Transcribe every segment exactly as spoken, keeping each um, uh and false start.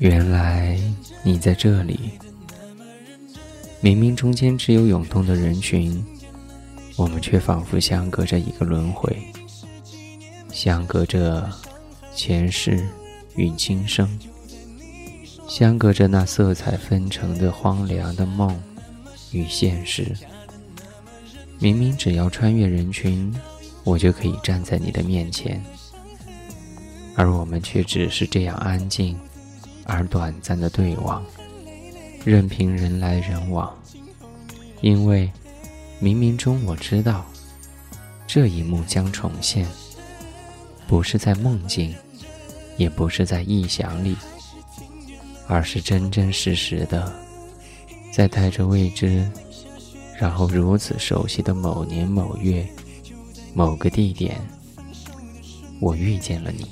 原来你在这里。明明中间只有涌动的人群，我们却仿佛相隔着一个轮回，相隔着前世与今生，相隔着那色彩纷呈的荒凉的梦与现实。明明只要穿越人群，我就可以站在你的面前，而我们却只是这样安静而短暂的对望，任凭人来人往。因为冥冥中我知道，这一幕将重现，不是在梦境，也不是在臆想里，而是真真实实的，在带着未知，然后如此熟悉的某年某月某个地点，我遇见了你。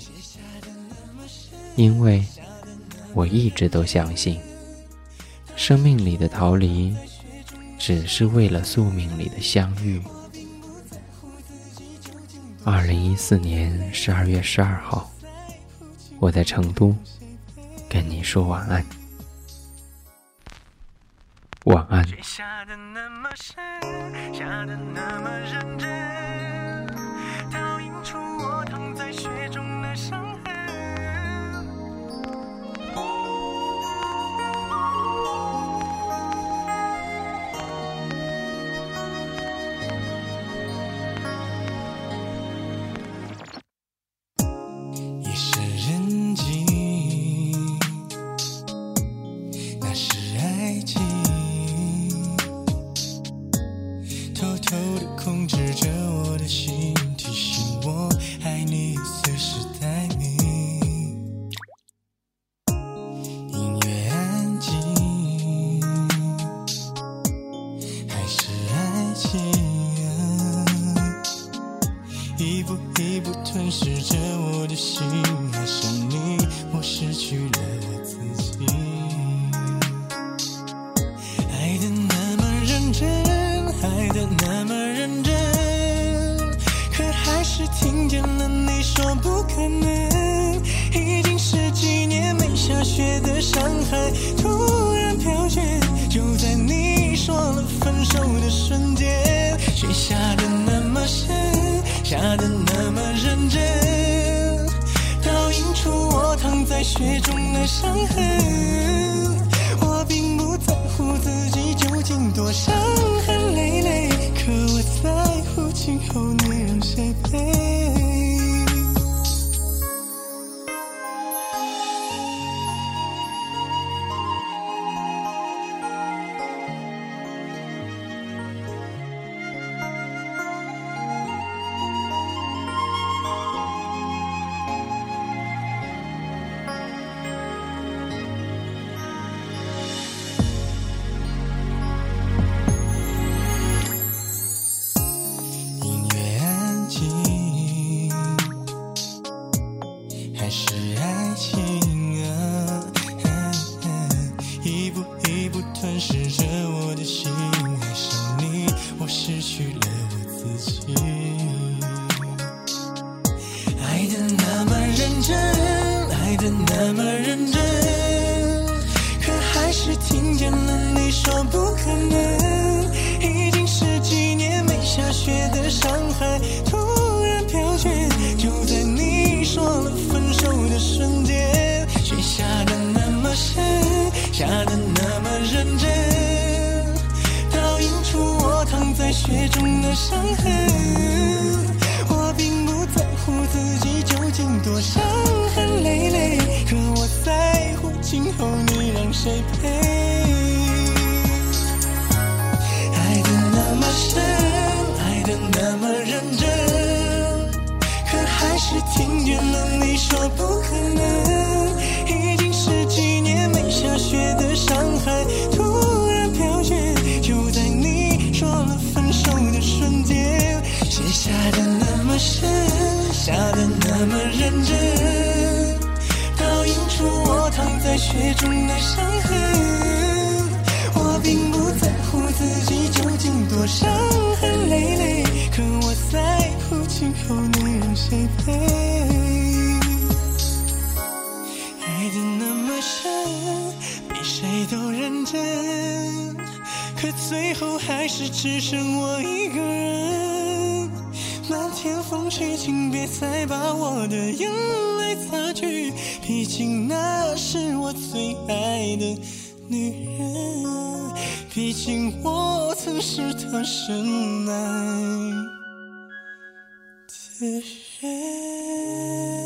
因为我一直都相信，生命里的逃离只是为了宿命里的相遇。二零一四年十二月十二号，我在成都跟你说晚安。晚安。 雪下得那么深，下得那么认真，倒映出我躺在雪中的伤痕。夜深人静，那是爱情，偷偷地控制着我的心，提醒我爱你随时待命。音乐安静，还是爱情啊，一步一步吞噬着我的心，爱上你，我失去了我自己。爱得那么认真，爱得那么认真，可还是听见了你说不可能。已经十几年没下雪的上海突然飘雪，就在你说了分手的瞬间。雪下得那么深，下得那么认真，倒映出我躺在雪中的伤痕。我并不在乎自己究竟多伤痕累累，可我在乎今后你让谁陪。音乐安静，还是爱情啊，一步一步吞噬着我的心，爱上你，我失去了我自己。爱得那么认真，爱得那么认真，可还是听见了你说不可能。已经十几年没下雪的上海突然飘雪，就在你说了分手的瞬间。雪下得那么深，下得那么认真，倒映出我躺在雪中的伤痕。我并不在乎自己究竟多伤痕累累，可我在乎今后你让谁陪。爱得那么深，爱得那么认真，可还是听见了你说不可能。已经十几年没下雪的上海突然飘雪，就在你说了分手的瞬间。雪下得那么深，下得那么认真，倒映出我躺在雪中的伤痕。我并不在乎自己究竟多伤痕累累，可我在乎今后你让谁陪。爱得得那么深，比谁都认真，可最后还是只剩我一个人。漫天风雨，请别再把我的眼泪擦去，毕竟那是我最爱的女人，毕竟我曾是她深爱的人。